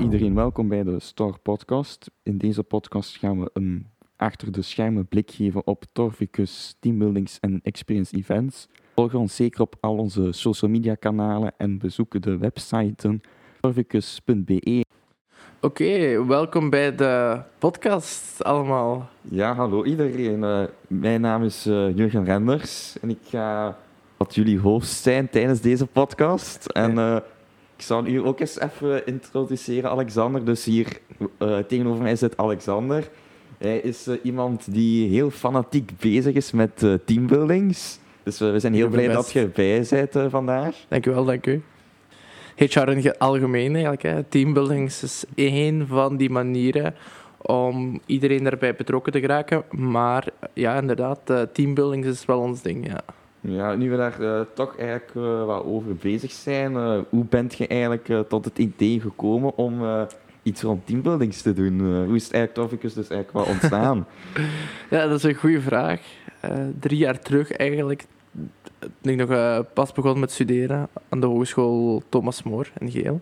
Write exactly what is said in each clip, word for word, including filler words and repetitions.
iedereen, welkom bij de Star Podcast. In deze podcast gaan we een achter de schermen blik geven op Torvicus teambuildings en experience events. Volg ons zeker op al onze social media kanalen en bezoek de website torvicus punt b e. Oké, okay, welkom bij de podcast allemaal. Ja, hallo iedereen. Uh, mijn naam is uh, Jurgen Renders en ik ga wat jullie host zijn tijdens deze podcast. En uh, ik zal u ook eens even introduceren, Alexander. Dus hier uh, tegenover mij zit Alexander. Hij is uh, iemand die heel fanatiek bezig is met uh, teambuildings. Dus uh, we zijn heel blij best. dat je erbij bent uh, vandaag. Dank u wel, dank u. H R in het algemeen eigenlijk. Hè. Teambuildings is één van die manieren om iedereen daarbij betrokken te geraken. Maar ja, inderdaad, uh, teambuildings is wel ons ding, ja. Ja, nu we daar uh, toch eigenlijk uh, wat over bezig zijn, uh, hoe bent je eigenlijk uh, tot het idee gekomen om uh, iets rond teambuildings te doen? Uh, hoe is het eigenlijk Torvicus dus eigenlijk wel ontstaan? Ja, dat is een goede vraag. Uh, drie jaar terug eigenlijk, toen ik nog uh, pas begon met studeren aan de Hogeschool Thomas More in Geel,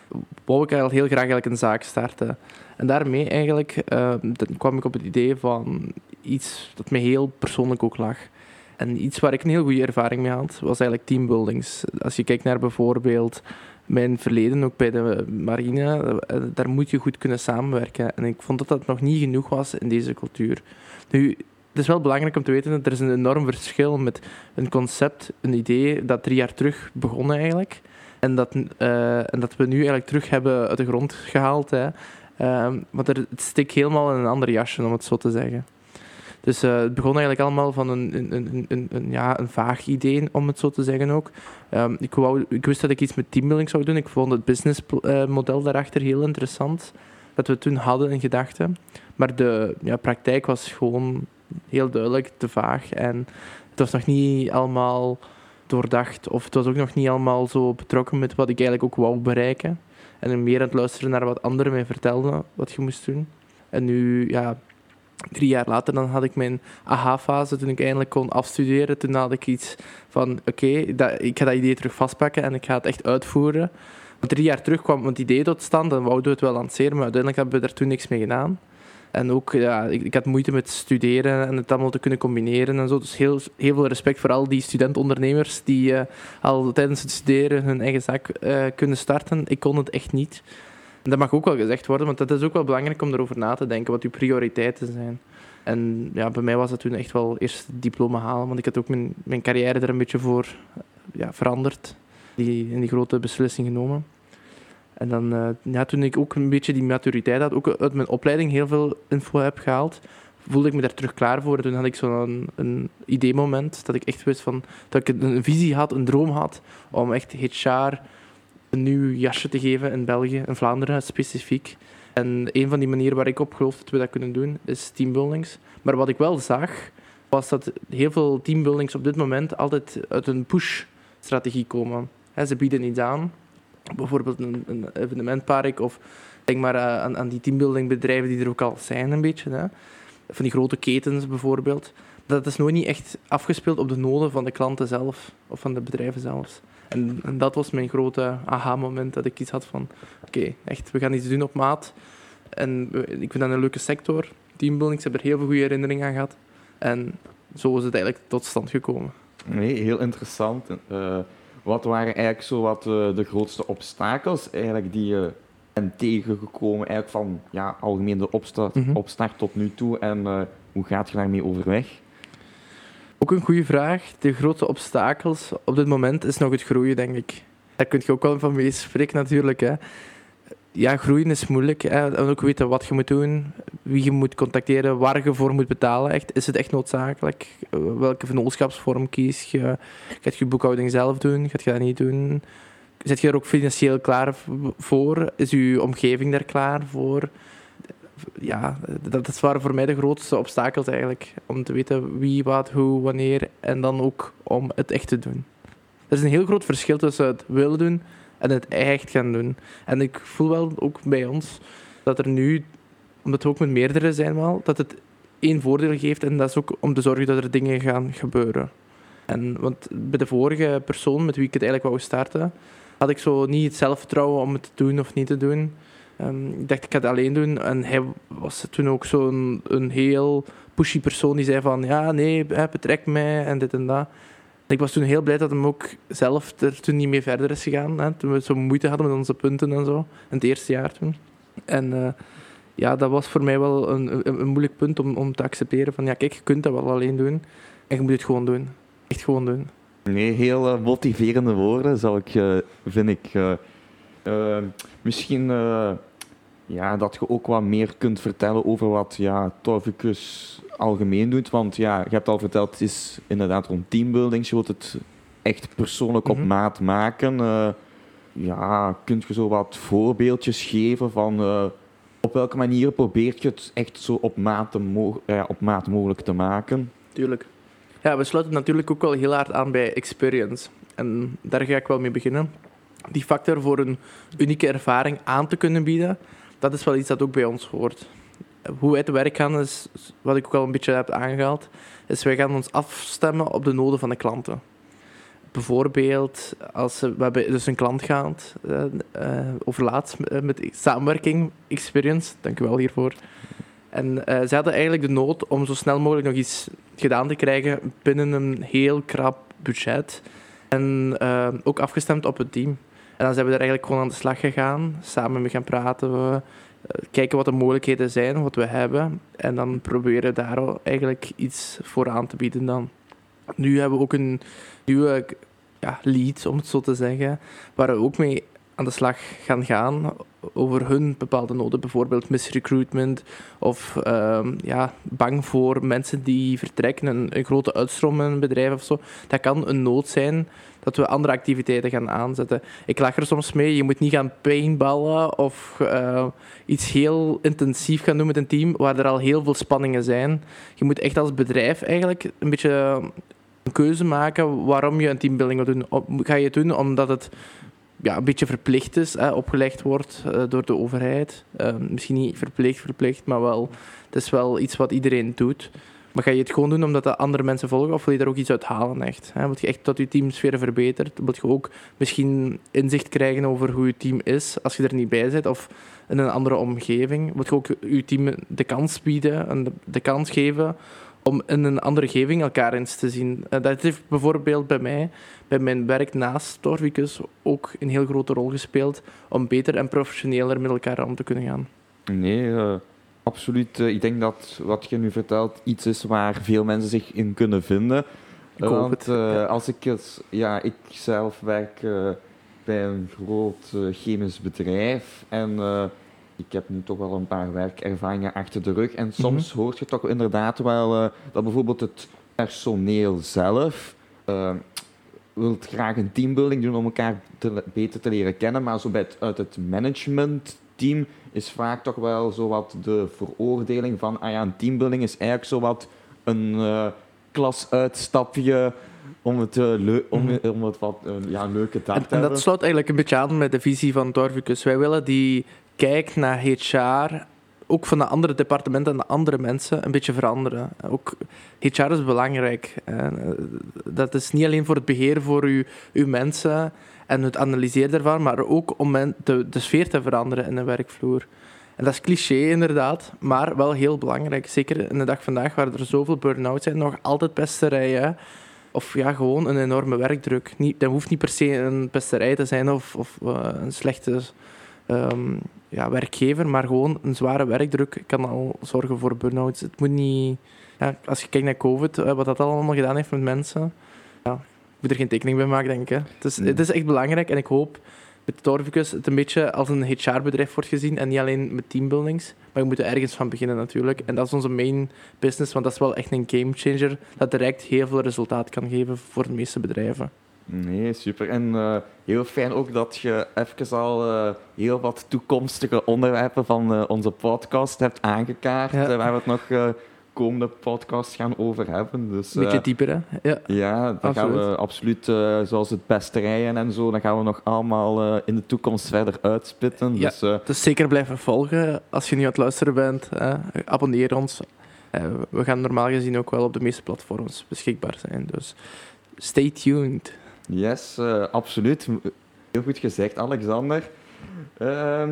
wou ik eigenlijk heel graag eigenlijk een zaak starten. En daarmee eigenlijk uh, dan kwam ik op het idee van iets dat me heel persoonlijk ook lag. En iets waar ik een heel goede ervaring mee had, was eigenlijk teambuildings. Als je kijkt naar bijvoorbeeld mijn verleden, ook bij de marine, daar moet je goed kunnen samenwerken. En ik vond dat dat nog niet genoeg was in deze cultuur. Nu, het is wel belangrijk om te weten dat er is een enorm verschil met een concept, een idee dat drie jaar terug begonnen eigenlijk. En dat, uh, en dat we nu eigenlijk terug hebben uit de grond gehaald. Hè. Uh, want er, het steekt helemaal in een ander jasje, om het zo te zeggen. Dus uh, het begon eigenlijk allemaal van een, een, een, een, een, ja, een vaag idee, om het zo te zeggen ook. Um, ik, wou, ik wist dat ik iets met teambuilding zou doen. Ik vond het businessmodel daarachter heel interessant, dat we toen hadden in gedachten. Maar de ja, praktijk was gewoon heel duidelijk te vaag. En het was nog niet allemaal doordacht. Of het was ook nog niet allemaal zo betrokken met wat ik eigenlijk ook wou bereiken. En meer aan het luisteren naar wat anderen mij vertelden wat je moest doen. En nu, ja... Drie jaar later dan had ik mijn aha-fase, toen ik eindelijk kon afstuderen. Toen had ik iets van, oké, okay, ik ga dat idee terug vastpakken en ik ga het echt uitvoeren. Drie jaar terug kwam het idee tot stand en wouden we het wel lanceren, maar uiteindelijk hebben we daar toen niks mee gedaan. En ook, ja, ik, ik had moeite met studeren en het allemaal te kunnen combineren en zo. Dus heel, heel veel respect voor al die studentondernemers die uh, al tijdens het studeren hun eigen zaak uh, kunnen starten. Ik kon het echt niet. En dat mag ook wel gezegd worden, want het is ook wel belangrijk om erover na te denken wat uw prioriteiten zijn. En ja, bij mij was dat toen echt wel eerst het diploma halen, want ik had ook mijn, mijn carrière er een beetje voor ja, veranderd. Die, in die grote beslissing genomen. En dan, uh, ja, toen ik ook een beetje die maturiteit had, ook uit mijn opleiding heel veel info heb gehaald, voelde ik me daar terug klaar voor. Toen had ik zo'n een idee-moment, dat ik echt wist van, dat ik een visie had, een droom had, om echt H R... een nieuw jasje te geven in België, in Vlaanderen specifiek. En een van die manieren waar ik op geloof dat we dat kunnen doen, is teambuildings. Maar wat ik wel zag, was dat heel veel teambuildings op dit moment altijd uit een push-strategie komen. He, ze bieden iets aan, bijvoorbeeld een, een evenementpark, of denk maar aan, aan die teambuildingbedrijven die er ook al zijn een beetje. Hè. Van die grote ketens bijvoorbeeld. Dat is nooit niet echt afgespeeld op de noden van de klanten zelf, of van de bedrijven zelf. En, en dat was mijn grote aha-moment, dat ik iets had van... Oké, okay, echt, we gaan iets doen op maat. En we, ik vind dat een leuke sector. Teambuildings, ik heb er heel veel goede herinneringen aan gehad. En zo is het eigenlijk tot stand gekomen. Nee, heel interessant. Uh, wat waren eigenlijk zo wat uh, de grootste obstakels eigenlijk die je bent tegengekomen eigenlijk van ja, algemeen de opstart, mm-hmm. opstart tot nu toe? En uh, hoe gaat je daarmee overweg? Ook een goede vraag. De grootste obstakels op dit moment is nog het groeien, denk ik. Daar kun je ook wel van mee spreken, natuurlijk. Hè. Ja, groeien is moeilijk. Hè. En ook weten wat je moet doen, wie je moet contacteren, waar je voor moet betalen. Echt. Is het echt noodzakelijk? Welke vennootschapsvorm kies je? Gaat je boekhouding zelf doen? Gaat je dat niet doen? Zet je er ook financieel klaar voor? Is je omgeving daar klaar voor? Ja, dat waren voor mij de grootste obstakels eigenlijk. Om te weten wie, wat, hoe, wanneer en dan ook om het echt te doen. Er is een heel groot verschil tussen het willen doen en het echt gaan doen. En ik voel wel ook bij ons dat er nu, omdat we ook met meerdere zijn wel, dat het één voordeel geeft en dat is ook om te zorgen dat er dingen gaan gebeuren. En, want bij de vorige persoon met wie ik het eigenlijk wou starten, had ik zo niet het zelfvertrouwen om het te doen of niet te doen. Um, ik dacht, ik ga het alleen doen. En hij was toen ook zo'n een heel pushy persoon die zei van, ja, nee, betrek mij en dit en dat. En ik was toen heel blij dat hem ook zelf er toen niet mee verder is gegaan. Hè, toen we zo moeite hadden met onze punten en zo. In het eerste jaar toen. En uh, ja, dat was voor mij wel een, een, een moeilijk punt om, om te accepteren van, ja, kijk, je kunt dat wel alleen doen. En je moet het gewoon doen. Echt gewoon doen. Nee, heel uh, motiverende woorden, zal ik, uh, vind ik. Uh, uh, misschien uh, ja, dat je ook wat meer kunt vertellen over wat ja, Torvicus algemeen doet. Want ja, je hebt al verteld, het is inderdaad rond teambuilding. Je wilt het echt persoonlijk op mm-hmm. maat maken. Uh, ja, kun je zo wat voorbeeldjes geven van uh, op welke manier probeert je het echt zo op maat, mo- uh, op maat mogelijk te maken? Tuurlijk. Ja, we sluiten natuurlijk ook wel heel hard aan bij experience. En daar ga ik wel mee beginnen. Die factor voor een unieke ervaring aan te kunnen bieden, dat is wel iets dat ook bij ons hoort. Hoe wij te werk gaan, is, wat ik ook al een beetje heb aangehaald, is wij gaan ons afstemmen op de noden van de klanten. Bijvoorbeeld, als we, we hebben dus een klant gehad, uh, uh, overlaatst uh, met samenwerking experience, dank u wel hiervoor. En uh, ze hadden eigenlijk de nood om zo snel mogelijk nog iets gedaan te krijgen binnen een heel krap budget. En uh, ook afgestemd op het team. En dan zijn we er eigenlijk gewoon aan de slag gegaan, samen mee gaan praten, we, uh, kijken wat de mogelijkheden zijn, wat we hebben. En dan proberen daar eigenlijk iets voor aan te bieden dan. Nu hebben we ook een nieuwe ja, lead, om het zo te zeggen, waar we ook mee aan de slag gaan gaan over hun bepaalde noden. Bijvoorbeeld misrecruitment of um, ja, bang voor mensen die vertrekken, een, een grote uitstroom in een bedrijf of zo. Dat kan een nood zijn dat we andere activiteiten gaan aanzetten. Ik lach er soms mee, je moet niet gaan paintballen of uh, iets heel intensief gaan doen met een team waar er al heel veel spanningen zijn. Je moet echt als bedrijf eigenlijk een beetje een keuze maken waarom je een teambuilding wil doen. Ga je het doen omdat het ja, een beetje verplicht is, hè, opgelegd wordt uh, door de overheid. Uh, misschien niet verplicht, verplicht, maar wel, het is wel iets wat iedereen doet. Maar ga je het gewoon doen omdat de andere mensen volgen, of wil je daar ook iets uit halen echt? Hè? Wil je echt dat je teamsfeer verbetert? Wil je ook misschien inzicht krijgen over hoe je team is als je er niet bij bent, of in een andere omgeving? Wil je ook je team de kans bieden en de, de kans geven om in een andere omgeving elkaar eens te zien? Uh, dat heeft bijvoorbeeld bij mij, bij mijn werk naast Torvicus, ook een heel grote rol gespeeld om beter en professioneler met elkaar om te kunnen gaan. Nee, uh, absoluut. Uh, ik denk dat wat je nu vertelt iets is waar veel mensen zich in kunnen vinden. Ik hoop Want het, uh, ja. als ik het... Ja, ik zelf werk uh, bij een groot uh, chemisch bedrijf en uh, ik heb nu toch wel een paar werkervaringen achter de rug. En soms mm-hmm. hoort je toch inderdaad wel uh, dat bijvoorbeeld het personeel zelf uh, wil graag een teambuilding doen om elkaar te, beter te leren kennen, maar zo bij het, uit het managementteam is vaak toch wel zo wat de veroordeling van ah ja, een teambuilding is eigenlijk zo wat een uh, klasuitstapje om het, uh, leu- om, mm. om het wat uh, ja, een leuke dag en, te hebben. En dat sluit eigenlijk een beetje aan met de visie van Torvicus. Wij willen die kijk naar H R, ook van de andere departementen en de andere mensen, een beetje veranderen. Ook H R is belangrijk. Dat is niet alleen voor het beheer voor uw, uw mensen en het analyseren daarvan, maar ook om de, de sfeer te veranderen in de werkvloer. En dat is cliché inderdaad, maar wel heel belangrijk. Zeker in de dag vandaag, waar er zoveel burn-out zijn, nog altijd pesterijen. Of ja, gewoon een enorme werkdruk. Niet, dat hoeft niet per se een pesterij te zijn of, of uh, een slechte um, ja, werkgever, maar gewoon een zware werkdruk kan al zorgen voor burn-outs. Het moet niet... Ja, als je kijkt naar COVID, uh, wat dat allemaal gedaan heeft met mensen, ja, ik moet er geen tekening bij maken, denk ik. Hè. Het, is, het is echt belangrijk en ik hoop met Torvicus het een beetje als een H R-bedrijf wordt gezien en niet alleen met teambuildings. Maar we moeten ergens van beginnen natuurlijk. En dat is onze main business, want dat is wel echt een gamechanger dat direct heel veel resultaat kan geven voor de meeste bedrijven. Nee, super. En uh, heel fijn ook dat je even al uh, heel wat toekomstige onderwerpen van uh, onze podcast hebt aangekaart, ja. uh, waar we het nog uh, komende podcast gaan over hebben. Dus, een beetje uh, dieper, hè? Ja, ja dan absoluut. gaan we absoluut, uh, zoals het pesterijen en zo, dan gaan we nog allemaal uh, in de toekomst verder uitspitten. Ja, dus, uh, dus zeker blijven volgen. Als je nu aan het luisteren bent, uh, abonneer ons. Uh, we gaan normaal gezien ook wel op de meeste platforms beschikbaar zijn. Dus stay tuned. Yes, uh, absoluut. Heel goed gezegd, Alexander. Uh,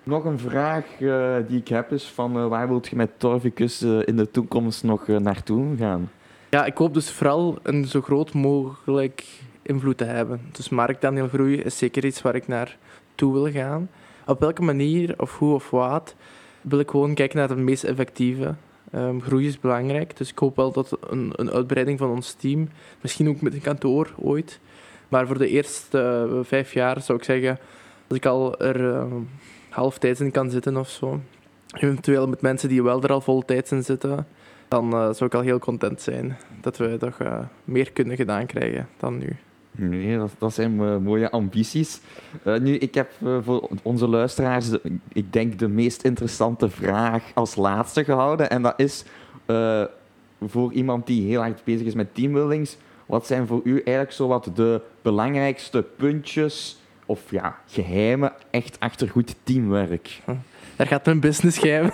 Nog een vraag uh, die ik heb is van uh, waar wilt je met Torvicus uh, in de toekomst nog uh, naartoe gaan? Ja, ik hoop dus vooral een zo groot mogelijk invloed te hebben. Dus marktaandeelgroei is zeker iets waar ik naartoe wil gaan. Op welke manier, of hoe of wat, wil ik gewoon kijken naar het meest effectieve. Um, groei is belangrijk, dus ik hoop wel dat een, een uitbreiding van ons team, misschien ook met een kantoor ooit, maar voor de eerste uh, vijf jaar zou ik zeggen, als ik al er uh, halftijds in kan zitten of zo, eventueel met mensen die wel er al voltijds in zitten, dan uh, zou ik al heel content zijn dat we toch uh, meer kunnen gedaan krijgen dan nu. Nee, dat, dat zijn uh, mooie ambities. Uh, nu, ik heb uh, voor onze luisteraars, de, ik denk, de meest interessante vraag als laatste gehouden. En dat is uh, voor iemand die heel hard bezig is met teambuildings. Wat zijn voor u eigenlijk zo wat de belangrijkste puntjes of ja, geheimen echt achter goed teamwerk? Daar gaat mijn business geheim.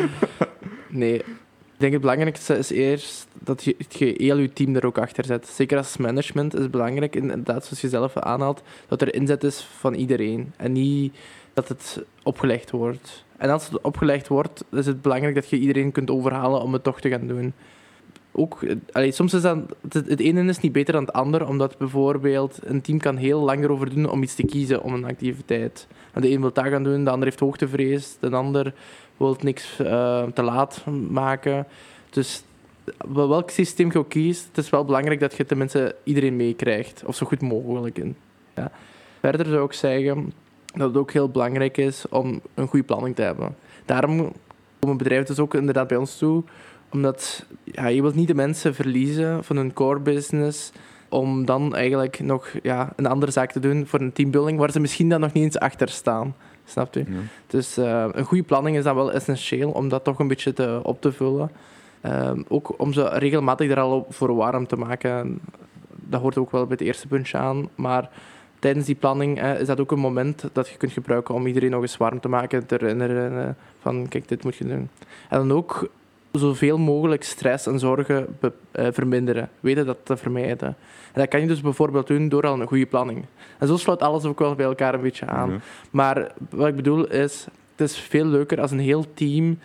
Nee. Ik denk het belangrijkste is eerst dat je, je heel je team er ook achter zet. Zeker als management is het belangrijk, inderdaad, zoals je zelf aanhaalt, dat er inzet is van iedereen. En niet dat het opgelegd wordt. En als het opgelegd wordt, is het belangrijk dat je iedereen kunt overhalen om het toch te gaan doen. Ook, allee, soms is dat, het, het ene is niet beter dan het ander, omdat bijvoorbeeld een team kan heel lang erover doen om iets te kiezen, om een activiteit. En de een wil dat gaan doen, de ander heeft hoogtevrees, de ander wil niks uh, te laat maken. Dus welk systeem je ook kiest, het is wel belangrijk dat je tenminste iedereen meekrijgt, of zo goed mogelijk in. Ja. Verder zou ik zeggen dat het ook heel belangrijk is om een goede planning te hebben. Daarom komen bedrijven dus ook inderdaad bij ons toe, omdat ja, je wilt niet de mensen verliezen van hun core business om dan eigenlijk nog ja, een andere zaak te doen voor een teambuilding waar ze misschien dan nog niet eens achter staan. Snapt u? Ja. Dus uh, een goede planning is dan wel essentieel om dat toch een beetje te, op te vullen. Uh, ook om ze regelmatig er al voor warm te maken. Dat hoort ook wel bij het eerste puntje aan. Maar tijdens die planning uh, is dat ook een moment dat je kunt gebruiken om iedereen nog eens warm te maken. Te herinneren uh, van, kijk, dit moet je doen. En dan ook zoveel mogelijk stress en zorgen be- uh, verminderen. Weten dat te vermijden. En dat kan je dus bijvoorbeeld doen door al een goede planning. En zo sluit alles ook wel bij elkaar een beetje aan. Mm-hmm. Maar wat ik bedoel is, het is veel leuker als een heel team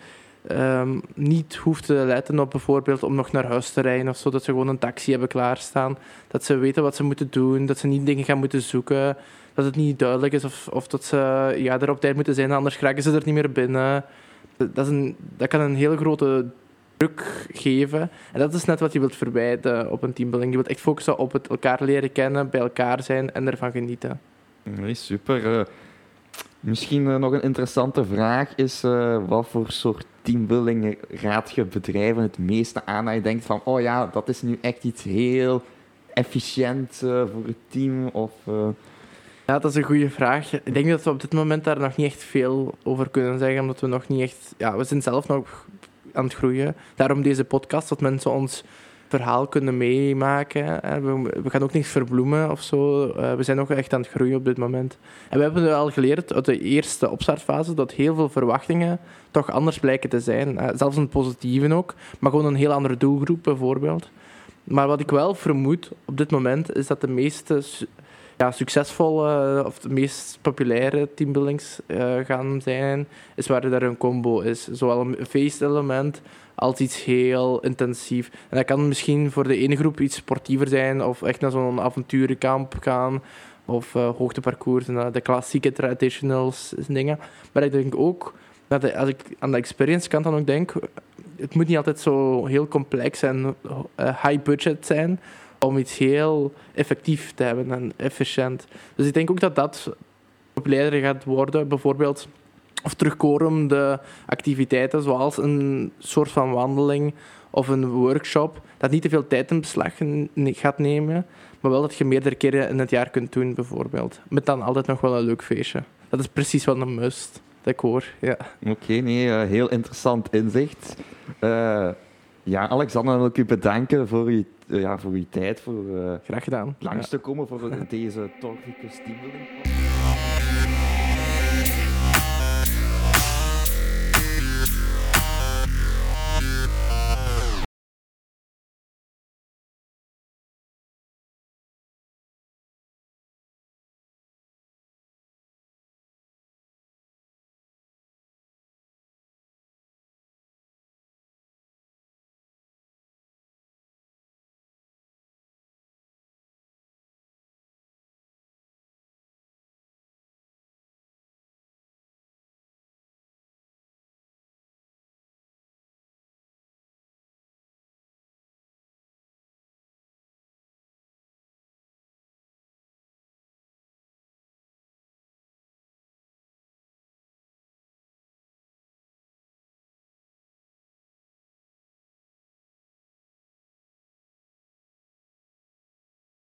um, niet hoeft te letten op bijvoorbeeld om nog naar huis te rijden of zo, dat ze gewoon een taxi hebben klaarstaan, dat ze weten wat ze moeten doen, dat ze niet dingen gaan moeten zoeken, dat het niet duidelijk is of, of dat ze ja, er op tijd moeten zijn, anders geraken ze er niet meer binnen. Dat, is een, dat kan een heel grote druk geven. En dat is net wat je wilt vermijden op een teambuilding. Je wilt echt focussen op het elkaar leren kennen, bij elkaar zijn en ervan genieten. Nee, super. Uh, misschien uh, nog een interessante vraag is, uh, wat voor soort teambuilding raad je bedrijven het meeste aan dat je denkt van, oh ja, dat is nu echt iets heel efficiënt uh, voor het team? Of, uh... Ja, dat is een goede vraag. Ik denk dat we op dit moment daar nog niet echt veel over kunnen zeggen, omdat we nog niet echt... Ja, we zijn zelf nog aan het groeien. Daarom deze podcast, dat mensen ons verhaal kunnen meemaken. We, we gaan ook niks verbloemen of zo. Uh, we zijn nog echt aan het groeien op dit moment. En we hebben al geleerd uit de eerste opstartfase dat heel veel verwachtingen toch anders blijken te zijn. Uh, zelfs een positieve ook, maar gewoon een heel andere doelgroep bijvoorbeeld. Maar wat ik wel vermoed op dit moment is dat de meeste ja, succesvolle of de meest populaire teambuildings uh, gaan zijn, is waar er een combo is. Zowel een feestelement als iets heel intensief. En dat kan misschien voor de ene groep iets sportiever zijn, of echt naar zo'n avonturenkamp gaan, of uh, hoogteparcours, en de klassieke traditionals dingen. Maar ik denk ook, dat de, als ik aan de experience kant dan ook denk, het moet niet altijd zo heel complex en uh, high budget zijn om iets heel effectief te hebben en efficiënt. Dus ik denk ook dat dat populairder gaat worden. Bijvoorbeeld, of terugkomende activiteiten, zoals een soort van wandeling of een workshop, dat niet te veel tijd in beslag gaat nemen, maar wel dat je meerdere keren in het jaar kunt doen, bijvoorbeeld. Met dan altijd nog wel een leuk feestje. Dat is precies wat een must, dat ik hoor. Ja. Oké, okay, nee, uh, heel interessant inzicht. Uh, ja, Alexander, wil ik u bedanken voor uw, uh, ja, voor uw tijd, voor uh, graag gedaan. langs te komen voor deze Torvicus Teambuilding.